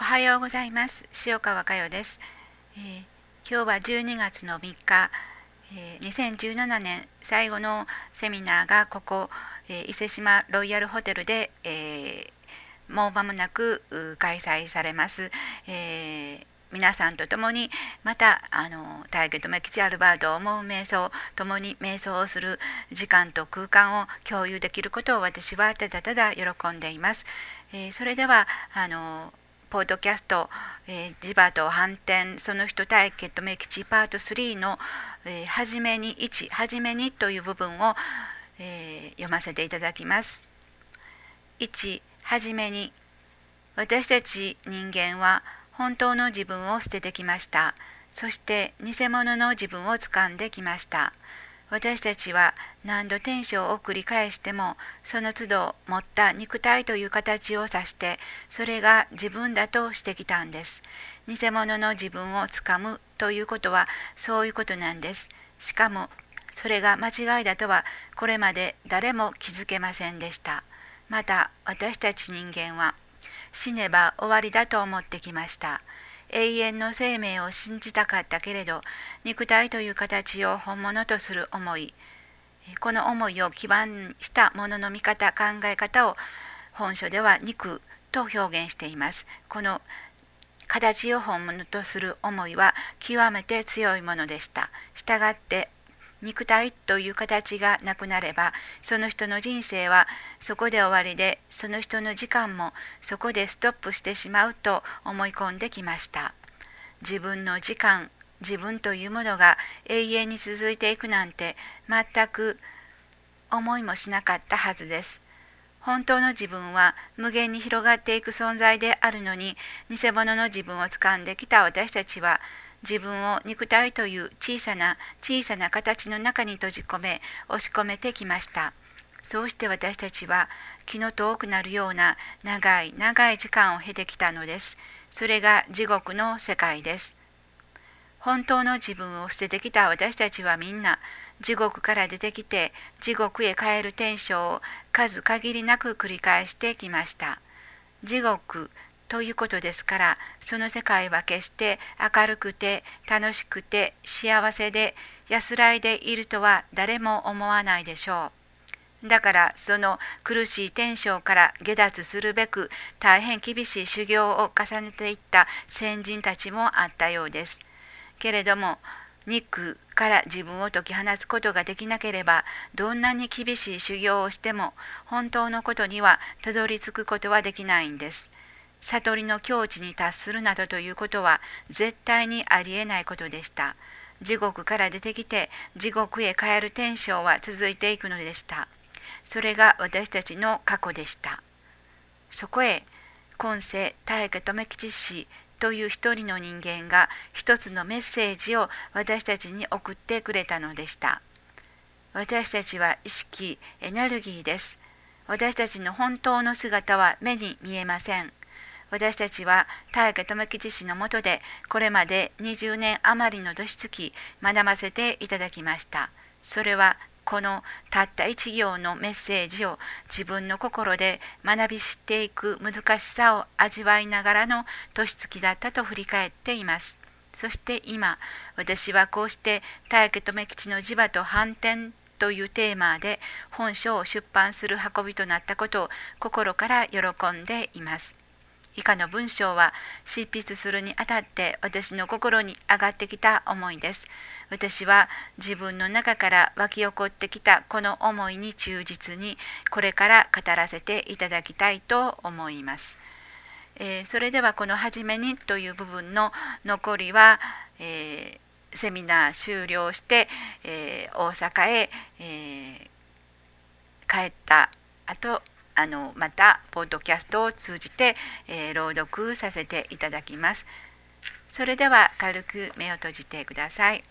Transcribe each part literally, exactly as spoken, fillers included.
はようございます。塩川佳代です、えー、今日はじゅうにがつのみっか、えー、にせんじゅうななねん最後のセミナーがここ、えー、伊勢志摩ロイヤルホテルで、えー、もう間もなく開催されます、えー、皆さんと共にまたあの大家留吉アルバートを思う瞑想、共に瞑想をする時間と空間を共有できることを私はただただ喜んでいます。えー、それではあのポッドキャスト、えー、ジバと反転その人対決とメキチパートスリーの、えー、初めにいち、初めにという部分を、えー、読ませていただきます。いち、初めに。私たち人間は本当の自分を捨ててきました。そして偽物の自分を掴んできました。私たちは何度転生を繰り返してもその都度持った肉体という形を指してそれが自分だとしてきたんです。偽物の自分をつかむということはそういうことなんです。しかもそれが間違いだとはこれまで誰も気づけませんでした。また私たち人間は死ねば終わりだと思ってきました。永遠の生命を信じたかったけれど肉体という形を本物とする思い、この思いを基盤したものの見方、考え方を本書では肉と表現しています。この形を本物とする思いは極めて強いものでした。したがって肉体という形がなくなればその人の人生はそこで終わりでその人の時間もそこでストップしてしまうと思い込んできました。自分の時間、自分というものが永遠に続いていくなんて全く思いもしなかったはずです。本当の自分は無限に広がっていく存在であるのに偽物の自分を掴んできた私たちは自分を肉体という小さな小さな形の中に閉じ込め押し込めてきました。そうして私たちは気の遠くなるような長い長い時間を経てきたのです。それが地獄の世界です。本当の自分を捨ててきた私たちはみんな地獄から出てきて地獄へ帰る転生を数限りなく繰り返してきました。地獄ということですからその世界は決して明るくて楽しくて幸せで安らいでいるとは誰も思わないでしょう。だからその苦しい転生から下脱するべく大変厳しい修行を重ねていった先人たちもあったようです。けれども肉から自分を解き放つことができなければどんなに厳しい修行をしても本当のことにはたどり着くことはできないんです。悟りの境地に達するなどということは絶対にありえないことでした。地獄から出てきて地獄へ帰る転生は続いていくのでした。それが私たちの過去でした。そこへ今世大家留吉氏という一人の人間が一つのメッセージを私たちに送ってくれたのでした。私たちは意識、エネルギーです。私たちの本当の姿は目に見えません。私たちは大家留吉氏のもとでこれまでにじゅうねん余りの年月学ばせていただきました。それはこのたった一行のメッセージを自分の心で学び知っていく難しさを味わいながらの年月だったと振り返っています。そして今私はこうして大家留吉の磁場と反転というテーマで本書を出版する運びとなったことを心から喜んでいます。以下の文章は執筆するにあたって私の心に上がってきた思いです。私は自分の中から湧き起こってきたこの思いに忠実にこれから語らせていただきたいと思います。えー、それではこの初めにという部分の残りは、えー、セミナー終了して、えー、大阪へ、えー、帰った後あのまたポッドキャストを通じて、えー、朗読させていただきます。それでは軽く目を閉じてください。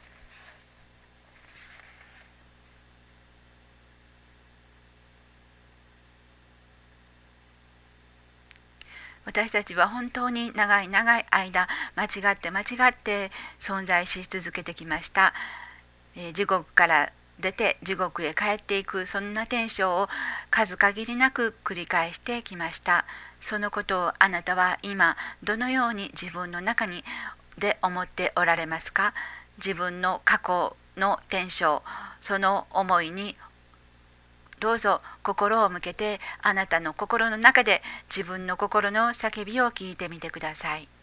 私たちは本当に長い長い間間違って間違って存在し続けてきました。えー、地獄から出て地獄へ帰っていく、そんな転生を数限りなく繰り返してきました。そのことをあなたは今どのように自分の中にで思っておられますか？自分の過去の転生、その思いにどうぞ心を向けて、あなたの心の中で自分の心の叫びを聞いてみてください。